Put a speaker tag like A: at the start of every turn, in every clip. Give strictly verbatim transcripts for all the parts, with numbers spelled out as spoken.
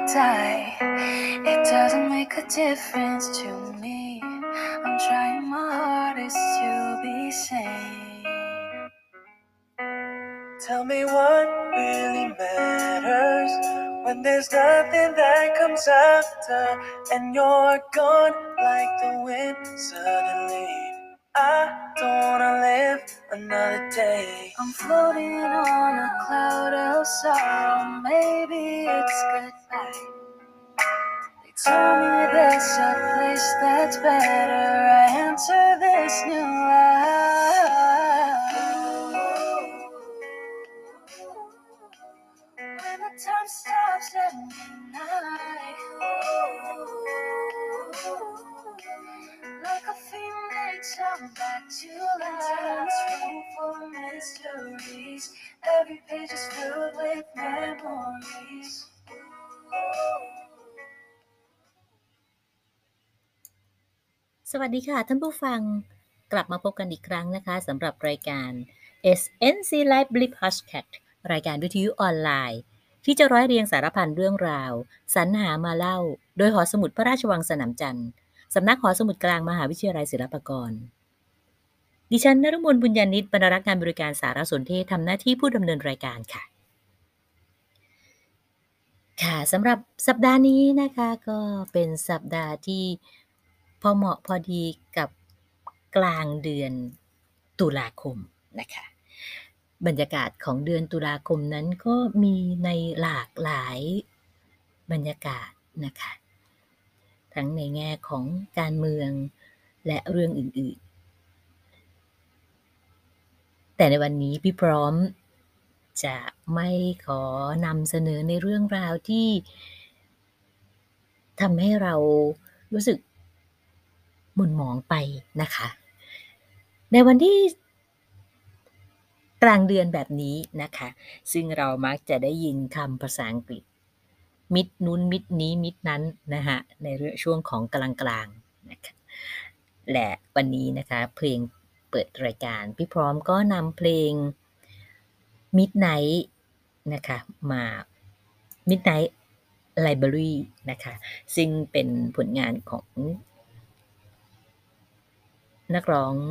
A: die. It doesn't make a difference to me. I'm trying my hardest to be sane. Tell me what really matters when there's nothing that comes after and you're gone like the wind suddenly. I don't wanna live another day. I'm floating on a cloud of sorrow. Maybe it's goodbye. They told me there's a place that's better. I enter this new life. When the time stops at midnight, like a phoenix, I'm back to life. Room for mysteries. Every page is filled with memories.
B: สวัสดีค่ะท่านผู้ฟังกลับมาพบกันอีกครั้งนะคะสำหรับรายการ เอส เอ็น ซี Live Blip Hashtag รายการวิทยุออนไลน์ที่จะร้อยเรียงสารพันเรื่องราวสรรหามาเล่าโดยหอสมุดพระราชวังสนามจันทร์สำนักหอสมุดกลางมหาวิทยาลัยศิลปากรดิฉันนฤมลบุญญานิตบรรณารักษ์งานบริการสารสนเทศทำหน้าที่ผู้ดำเนินรายการค่ะค่ะสำหรับสัปดาห์นี้นะคะก็เป็นสัปดาห์ที่พอเหมาะพอดีกับกลางเดือนตุลาคมนะคะบรรยากาศของเดือนตุลาคมนั้นก็มีในหลากหลายบรรยากาศนะคะทั้งในแง่ของการเมืองและเรื่องอื่นๆแต่ในวันนี้พี่พร้อมจะไม่ขอนำเสนอในเรื่องราวที่ทำให้เรารู้สึกหม่นหมองไปนะคะในวันที่กลางเดือนแบบนี้นะคะซึ่งเรามักจะได้ยินคำภาษาอังกฤษมิดนู้นมิดนี้มิดนั้นนะคะในเรื่องช่วงของกลางกลางนะคะและวันนี้นะคะเพลงเปิดรายการพี่พร้อมก็นำเพลง Midnight นะคะมา Midnight Library นะคะซึ่งเป็นผลงานของนักร้อง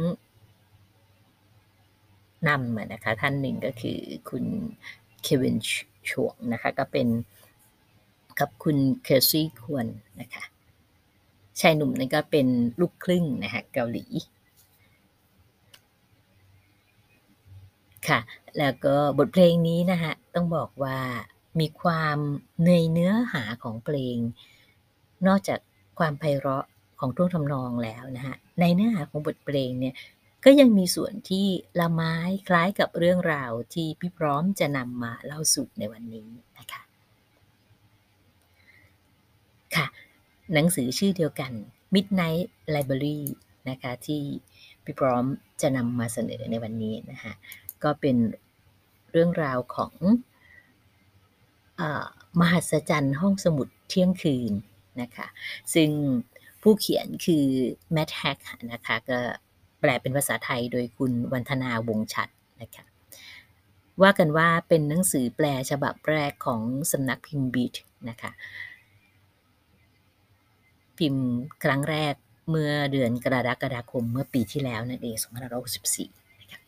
B: นำนะคะท่านหนึ่งก็คือคุณเควินชวงนะคะก็เป็นกับคุณเคอร์ซี่ควนนะคะชายหนุ่มนี่ก็เป็นลูกครึ่งนะคะเกาหลีค่ะแล้วก็บทเพลงนี้นะคะต้องบอกว่ามีความในเนื้อหาของเพลงนอกจากความไพเราะของท่วงทำนองแล้วนะคะในเนื้อหาของบทเพลงเนี่ยก็ยังมีส่วนที่ละไม้คล้ายกับเรื่องราวที่พี่พร้อมจะนำมาเล่าสู่ในวันนี้นะคะค่ะหนังสือชื่อเดียวกัน Midnight Library นะคะที่พี่พร้อมจะนำมาเสนอในวันนี้นะคะก็เป็นเรื่องราวของเอ่อมหัศจรรย์ห้องสมุดเที่ยงคืนนะคะซึ่งผู้เขียนคือแมทแฮกนะคะก็แปลเป็นภาษาไทยโดยคุณวันธนาวงศ์ชัดนะคะว่ากันว่าเป็นหนังสือแปลฉบับแรกของสำนักพิมพ์บีทนะคะพิมพ์ครั้งแรกเมื่อเดือนกรกฎาคมเมื่อปีที่แล้วนั่นเองสองพันห้าร้อยหกสิบสี่นะคะ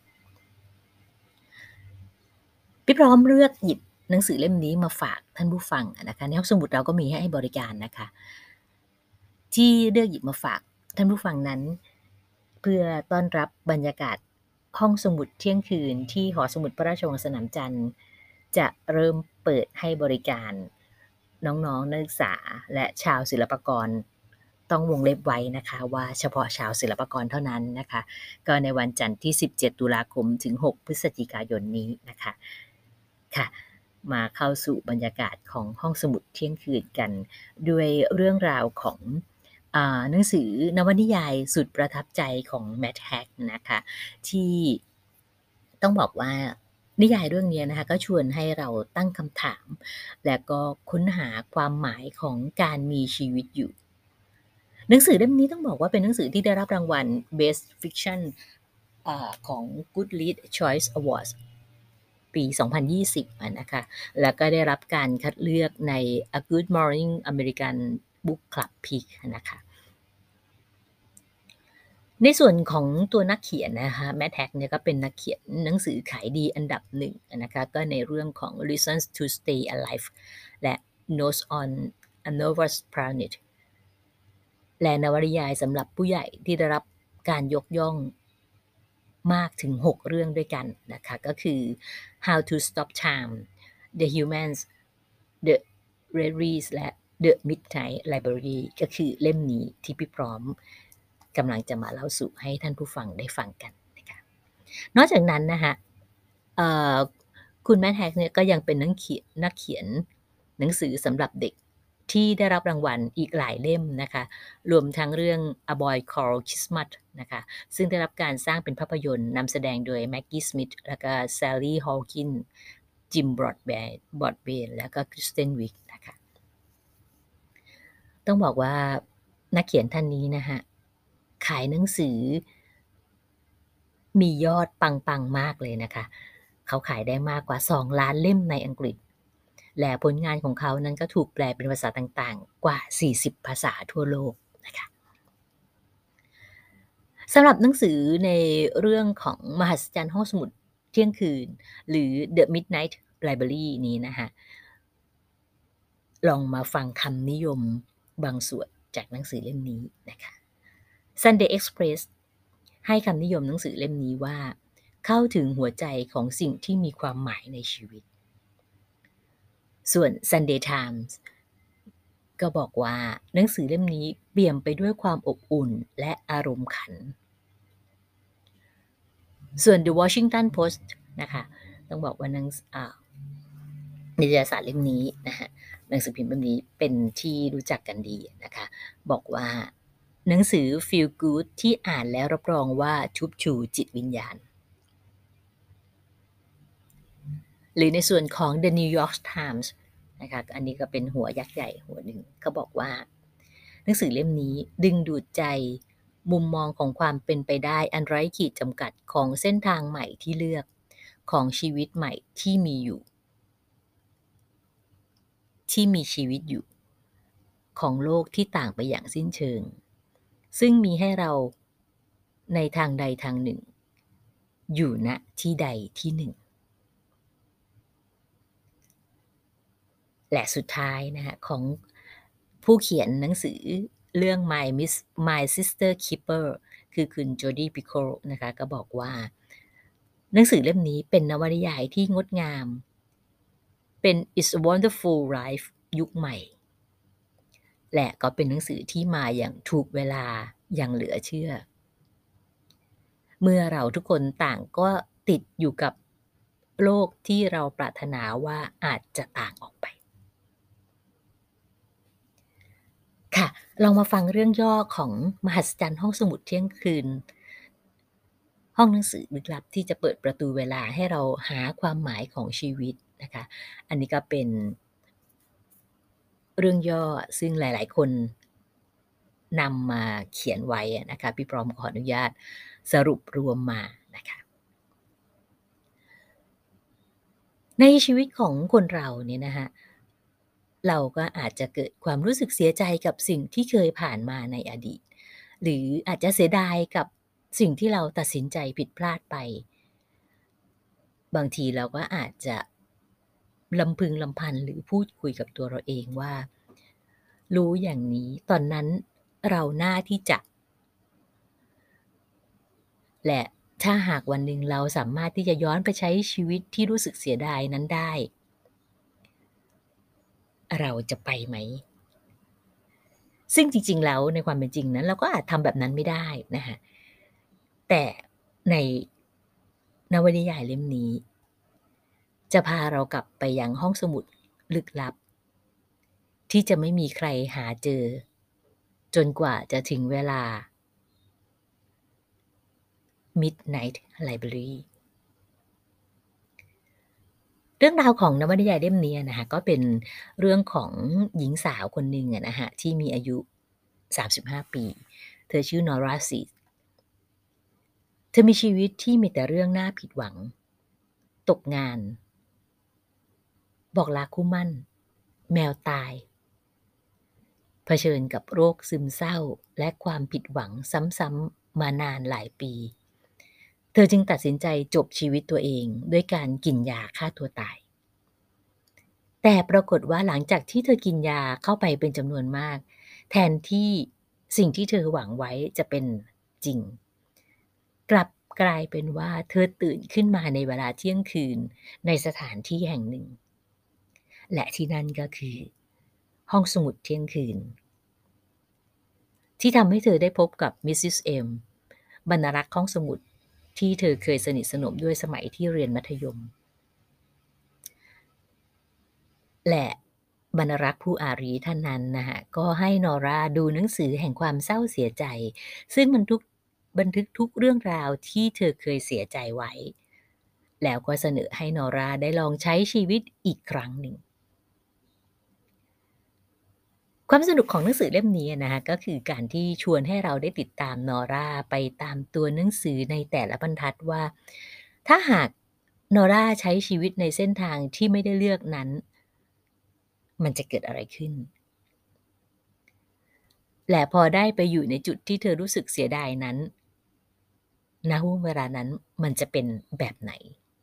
B: พี่พร้อมเลือกหยิบหนังสือเล่มนี้มาฝากท่านผู้ฟังนะคะในห้องสมุดเราก็มีให้บริการนะคะที่เลือกหยิบมาฝากท่านผู้ฟังนั้นเพื่อต้อนรับบรรยากาศห้องสมุดเที่ยงคืนที่หอสมุดพระราชวังสนามจันทร์จะเริ่มเปิดให้บริการน้องๆนักศึกษาและชาวศิลปากรต้องวงเล็บไว้นะคะว่าเฉพาะชาวศิลปากรเท่านั้นนะคะก็ในวันจันทร์ที่สิบเจ็ดตุลาคมถึงหกพฤศจิกายนนี้นะคะค่ะมาเข้าสู่บรรยากาศของห้องสมุดเที่ยงคืนกันด้วยเรื่องราวของอ่าหนังสือนวนิยายสุดประทับใจของแมทแฮกนะคะที่ต้องบอกว่านิยายเรื่องนี้นะคะก็ชวนให้เราตั้งคำถามและก็ค้นหาความหมายของการมีชีวิตอยู่หนังสือเล่มนี้ต้องบอกว่าเป็นหนังสือที่ได้รับรางวัล Best Fiction อ่าของ Goodreads Choice Awards ปี สองพันยี่สิบ อะนะคะแล้วก็ได้รับการคัดเลือกใน A Good Morning American Book Club Pick นะคะในส่วนของตัวนักเขียนนะคะ Matt Haig เนี่ยก็เป็นนักเขียนหนังสือขายดีอันดับหนึ่งนะคะก็ในเรื่องของ Reasons to Stay Alive และ Notes on a Nervous Planet และนวนิยายสำหรับผู้ใหญ่ที่ได้รับการยกย่องมากถึงหกเรื่องด้วยกันนะคะก็คือ How to Stop Time The Humans The Reveries และ The Midnight Library ก็คือเล่มนี้ที่พี่พร้อมกำลังจะมาเล่าสู่ให้ท่านผู้ฟังได้ฟังกันนะคะนอกจากนั้นนะคะคุณแมทแฮกเนี่ยก็ยังเป็นนักเขียนนักเขียนหนังสือสำหรับเด็กที่ได้รับรางวัลอีกหลายเล่มนะคะรวมทั้งเรื่อง A Boy Called Christmas นะคะซึ่งได้รับการสร้างเป็นภาพยนตร์นำแสดงโดยแม็กกี้สมิธแล้วก็แซลลี่ฮอลกินจิมบรอดแบนบรอดเบนแล้วก็คริสเตนวิกนะคะต้องบอกว่านักเขียนท่านนี้นะคะขายหนังสือมียอดปังๆมากเลยนะคะเขาขายได้มากกว่าสองล้านเล่มในอังกฤษและผลงานของเขานั้นก็ถูกแปลเป็นภาษาต่างๆกว่าสี่สิบภาษาทั่วโลกนะคะสำหรับหนังสือในเรื่องของมหัศจรรย์ห้องสมุดเที่ยงคืนหรือ The Midnight Library นี้นะคะลองมาฟังคำนิยมบางส่วนจากหนังสือเล่มนี้นะคะ Sunday Express ให้คำนิยมหนังสือเล่มนี้ว่าเข้าถึงหัวใจของสิ่งที่มีความหมายในชีวิตส่วน Sunday Times ก็บอกว่าหนังสือเล่มนี้เปี่ยมไปด้วยความอบอุ่นและอารมณ์ขันส่วน The Washington Post นะคะต้องบอกว่าหนังนิตยสารเล่มนี้นะฮะหนังสือพิมพ์เล่มนี้เป็นที่รู้จักกันดีนะคะบอกว่าหนังสือ Feel Good ที่อ่านแล้วรับรองว่าชุบชูจิตวิญญาณหรือในส่วนของ The New York Times นะคะอันนี้ก็เป็นหัวยักษ์ใหญ่หัวหนึ่งเขาบอกว่าหนังสือเล่มนี้ดึงดูดใจมุมมองของความเป็นไปได้อันไร้ขีดจำกัดของเส้นทางใหม่ที่เลือกของชีวิตใหม่ที่มีอยู่ที่มีชีวิตอยู่ของโลกที่ต่างไปอย่างสิ้นเชิงซึ่งมีให้เราในทางใดทางหนึ่งอยู่ณที่ใดที่หนึ่งและสุดท้ายนะคะของผู้เขียนหนังสือเรื่อง My Miss My Sister Keeper คือคุณโจดี้ปิโคนะคะก็บอกว่าหนังสือเล่มนี้เป็นนวนิยายที่งดงามเป็น It's a Wonderful Life ยุคใหม่และก็เป็นหนังสือที่มาอย่างถูกเวลาอย่างเหลือเชื่อเมื่อเราทุกคนต่างก็ติดอยู่กับโลกที่เราปรารถนาว่าอาจจะต่างออกไปค่ะลองมาฟังเรื่องย่อของมหัศจรรย์ห้องสมุดเที่ยงคืนห้องหนังสือลึกลับที่จะเปิดประตูเวลาให้เราหาความหมายของชีวิตนะคะอันนี้ก็เป็นเรื่องย่อซึ่งหลายๆคนนำมาเขียนไว้นะคะพี่พร้อมขออนุญาตสรุปรวมมานะคะในชีวิตของคนเราเนี่ยนะคะเราก็อาจจะเกิดความรู้สึกเสียใจกับสิ่งที่เคยผ่านมาในอดีตหรืออาจจะเสียดายกับสิ่งที่เราตัดสินใจผิดพลาดไปบางทีเราก็อาจจะลำพึงลำพันหรือพูดคุยกับตัวเราเองว่ารู้อย่างนี้ตอนนั้นเราหน้าที่จะและถ้าหากวันหนึ่งเราสามารถที่จะย้อนไปใช้ชีวิตที่รู้สึกเสียดายนั้นได้เราจะไปไหมซึ่งจริงๆแล้วในความเป็นจริงนั้นเราก็อาจทำแบบนั้นไม่ได้นะคะแต่ในนวนิยายเล่มนี้จะพาเรากลับไปยังห้องสมุดลึกลับที่จะไม่มีใครหาเจอจนกว่าจะถึงเวลา Midnight Library เรื่องราวของนวนิยายเล่มนี้นะคะก็เป็นเรื่องของหญิงสาวคนหนึ่งนะคะที่มีอายุสามสิบห้าปีเธอชื่อนอราซีเธอมีชีวิตที่มีแต่เรื่องน่าผิดหวังตกงานบอกลาคู่หมั้นแมวตายเผชิญกับโรคซึมเศร้าและความผิดหวังซ้ำๆมานานหลายปีเธอจึงตัดสินใจจบชีวิตตัวเองด้วยการกินยาฆ่าตัวตายแต่ปรากฏว่าหลังจากที่เธอกินยาเข้าไปเป็นจำนวนมากแทนที่สิ่งที่เธอหวังไว้จะเป็นจริงกลับกลายเป็นว่าเธอตื่นขึ้นมาในเวลาเที่ยงคืนในสถานที่แห่งหนึ่งและที่นั่นก็คือห้องสมุดเที่ยงคืนที่ทำให้เธอได้พบกับมิสซิสเอ็มบรรณารักษ์ห้องสมุดที่เธอเคยสนิทสนมด้วยสมัยที่เรียนมัธยมและบรรณารักษ์ผู้อารีท่านนั้นนะคะก็ให้นอราดูหนังสือแห่งความเศร้าเสียใจซึ่งบันทึกบันทึกทุกเรื่องราวที่เธอเคยเสียใจไว้แล้วก็เสนอให้นอราได้ลองใช้ชีวิตอีกครั้งหนึ่งความสนุกของหนังสือเล่มนี้นะคะก็คือการที่ชวนให้เราได้ติดตามนอราไปตามตัวหนังสือในแต่ละบรรทัดว่าถ้าหากนอราใช้ชีวิตในเส้นทางที่ไม่ได้เลือกนั้นมันจะเกิดอะไรขึ้นและพอได้ไปอยู่ในจุดที่เธอรู้สึกเสียดายนั้นณห่วงเวลานั้นมันจะเป็นแบบไหน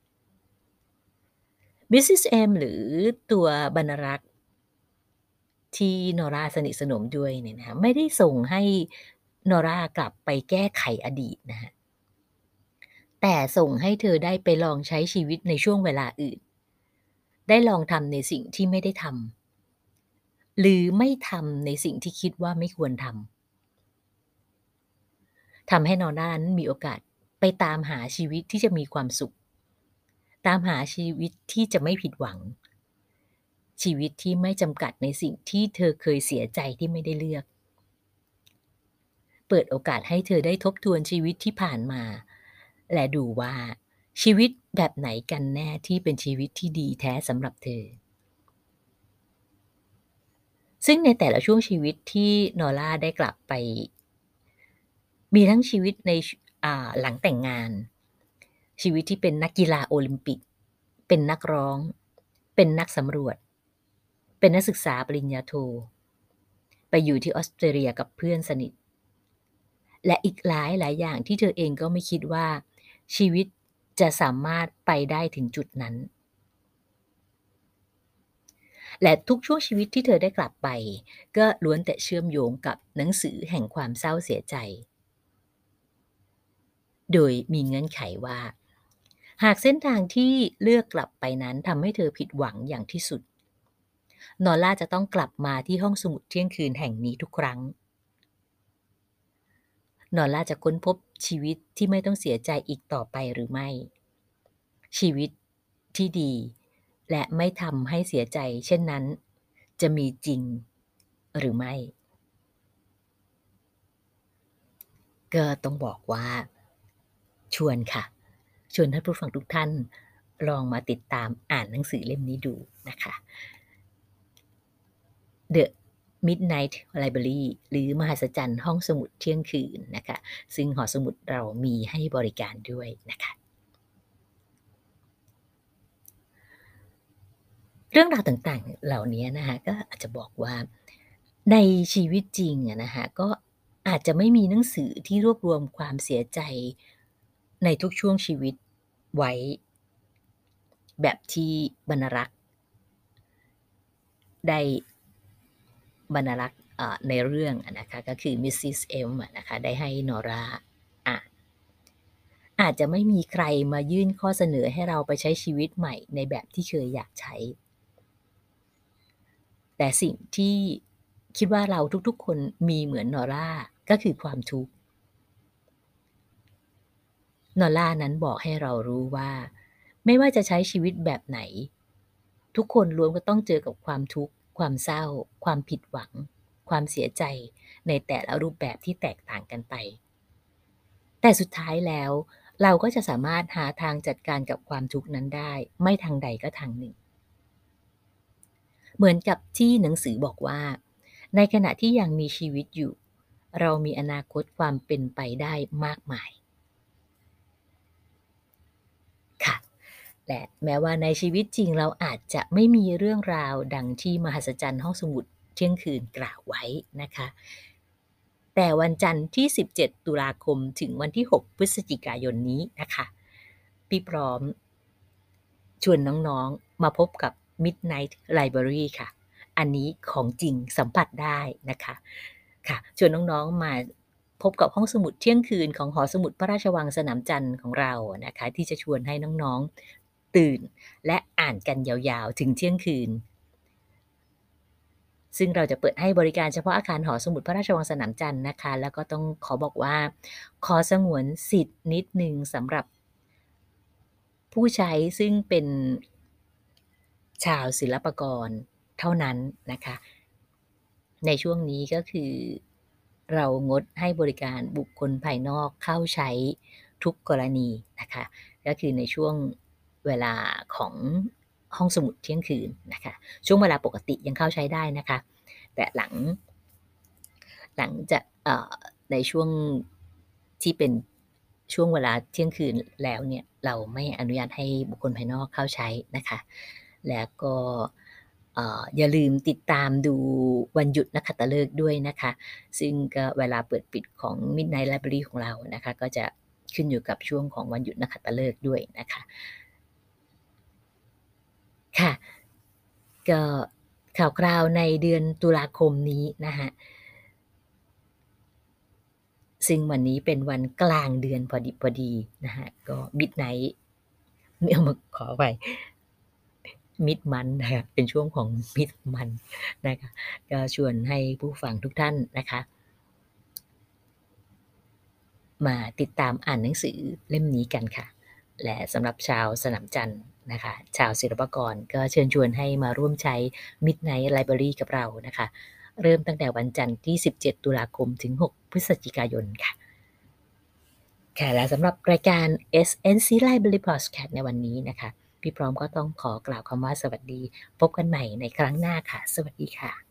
B: มิสซิส เอ็ม หรือตัวบรรณารักษ์ที่นอราสนิทสนมด้วยเนี่ยนะคะไม่ได้ส่งให้นอรากลับไปแก้ไขอดีตนะคะแต่ส่งให้เธอได้ไปลองใช้ชีวิตในช่วงเวลาอื่นได้ลองทำในสิ่งที่ไม่ได้ทำหรือไม่ทำในสิ่งที่คิดว่าไม่ควรทำทำให้นอรานั้นมีโอกาสไปตามหาชีวิตที่จะมีความสุขตามหาชีวิตที่จะไม่ผิดหวังชีวิตที่ไม่จำกัดในสิ่งที่เธอเคยเสียใจที่ไม่ได้เลือกเปิดโอกาสให้เธอได้ทบทวนชีวิตที่ผ่านมาและดูว่าชีวิตแบบไหนกันแน่ที่เป็นชีวิตที่ดีแท้สำหรับเธอซึ่งในแต่ละช่วงชีวิตที่นอร่าได้กลับไปมีทั้งชีวิตในอ่าหลังแต่งงานชีวิตที่เป็นนักกีฬาโอลิมปิกเป็นนักร้องเป็นนักสำรวจเป็นนักศึกษาปริญญาโทไปอยู่ที่ออสเตรเลียกับเพื่อนสนิทและอีกหลายหลายอย่างที่เธอเองก็ไม่คิดว่าชีวิตจะสามารถไปได้ถึงจุดนั้นและทุกช่วงชีวิตที่เธอได้กลับไปก็ล้วนแต่เชื่อมโยงกับหนังสือแห่งความเศร้าเสียใจโดยมีเงื่อนไขว่าหากเส้นทางที่เลือกกลับไปนั้นทำให้เธอผิดหวังอย่างที่สุดนอร่าจะต้องกลับมาที่ห้องสมุดเที่ยงคืนแห่งนี้ทุกครั้งนอร่าจะค้นพบชีวิตที่ไม่ต้องเสียใจอีกต่อไปหรือไม่ชีวิตที่ดีและไม่ทำให้เสียใจเช่นนั้นจะมีจริงหรือไม่ก็ต้องบอกว่าชวนค่ะชวนท่านผู้ฟังทุกท่านลองมาติดตามอ่านหนังสือเล่มนี้ดูนะคะ The Midnight Library หรือมหัศจรรย์ห้องสมุดเที่ยงคืนนะคะซึ่งหอสมุดเรามีให้บริการด้วยนะคะเรื่องราวต่างๆเหล่านี้นะคะก็อาจจะบอกว่าในชีวิตจริงอะนะคะก็อาจจะไม่มีหนังสือที่รวบรวมความเสียใจในทุกช่วงชีวิตไว้แบบที่บรรณารักษ์ได้บรรณารักษ์เอ่อในเรื่องอะนะคะก็คือ มิสซิส เอ็ม อะนะคะได้ให้นอราอ่านอาจจะไม่มีใครมายื่นข้อเสนอให้เราไปใช้ชีวิตใหม่ในแบบที่เคยอยากใช้แต่สิ่งที่คิดว่าเราทุกๆคนมีเหมือนนอราก็คือความทุกข์นอรานั้นบอกให้เรารู้ว่าไม่ว่าจะใช้ชีวิตแบบไหนทุกคนล้วนก็ต้องเจอกับความทุกข์ความเศร้าความผิดหวังความเสียใจในแต่ละรูปแบบที่แตกต่างกันไปแต่สุดท้ายแล้วเราก็จะสามารถหาทางจัดการกับความทุกข์นั้นได้ไม่ทางใดก็ทางหนึ่งเหมือนกับที่หนังสือบอกว่าในขณะที่ยังมีชีวิตอยู่เรามีอนาคตความเป็นไปได้มากมายค่ะและแม้ว่าในชีวิตจริงเราอาจจะไม่มีเรื่องราวดังที่มหัศจรรย์ห้องสมุดเที่ยงคืนกล่าวไว้นะคะแต่วันจันทร์ที่สิบเจ็ดตุลาคมถึงวันที่หกพฤศจิกายนนี้นะคะพี่พร้อมชวนน้องๆมาพบกับ Midnight Library ค่ะอันนี้ของจริงสัมผัสได้นะคะค่ะชวนน้องๆมาพบกับห้องสมุดเที่ยงคืนของหอสมุดพระราชวังสนามจันทร์ของเรานะคะที่จะชวนให้น้องๆตื่นและอ่านกันยาวๆถึงเที่ยงคืนซึ่งเราจะเปิดให้บริการเฉพาะอาคารหอสมุดพระราชวังสนามจันทร์นะคะแล้วก็ต้องขอบอกว่าขอสงวนสิทธิ์นิดหนึ่งสำหรับผู้ใช้ซึ่งเป็นชาวศิลปากรเท่านั้นนะคะในช่วงนี้ก็คือเรางดให้บริการบุคคลภายนอกเข้าใช้ทุกกรณีนะคะก็คือในช่วงเวลาของห้องสมุดเที่ยงคืนนะคะช่วงเวลาปกติยังเข้าใช้ได้นะคะแต่หลังหลังจากในช่วงที่เป็นช่วงเวลาเที่ยงคืนแล้วเนี่ยเราไม่อนุญาตให้บุคคลภายนอกเข้าใช้นะคะแล้วก็อย่าลืมติดตามดูวันหยุดนักขัตฤกษ์ด้วยนะคะซึ่งก็เวลาเปิดปิดของ Midnight Library ของเรานะคะก็จะขึ้นอยู่กับช่วงของวันหยุดนักขัตฤกษ์ด้วยนะคะค่ะก็ข่าวคราวในเดือนตุลาคมนี้นะคะซึ่งวันนี้เป็นวันกลางเดือนพอดิบพอดีนะคะก็ Midnight ไม่เอามาขอไปมิดมันนะคะเป็นช่วงของมิดมันนะคะก็ชวนให้ผู้ฟังทุกท่านนะคะมาติดตามอ่านหนังสือเล่มนี้กันค่ะและสำหรับชาวสนามจันทร์นะคะชาวศิลปากรก็เชิญชวนให้มาร่วมใช้ Midnight Library กับเรานะคะเริ่มตั้งแต่วันจันทร์ที่สิบเจ็ดตุลาคมถึงหกพฤศจิกายนค่ะค่ะและสำหรับรายการ เอส เอ็น ซี Library Podcast ในวันนี้นะคะพี่พร้อมก็ต้องขอกล่าวคำว่าสวัสดีพบกันใหม่ในครั้งหน้าค่ะสวัสดีค่ะ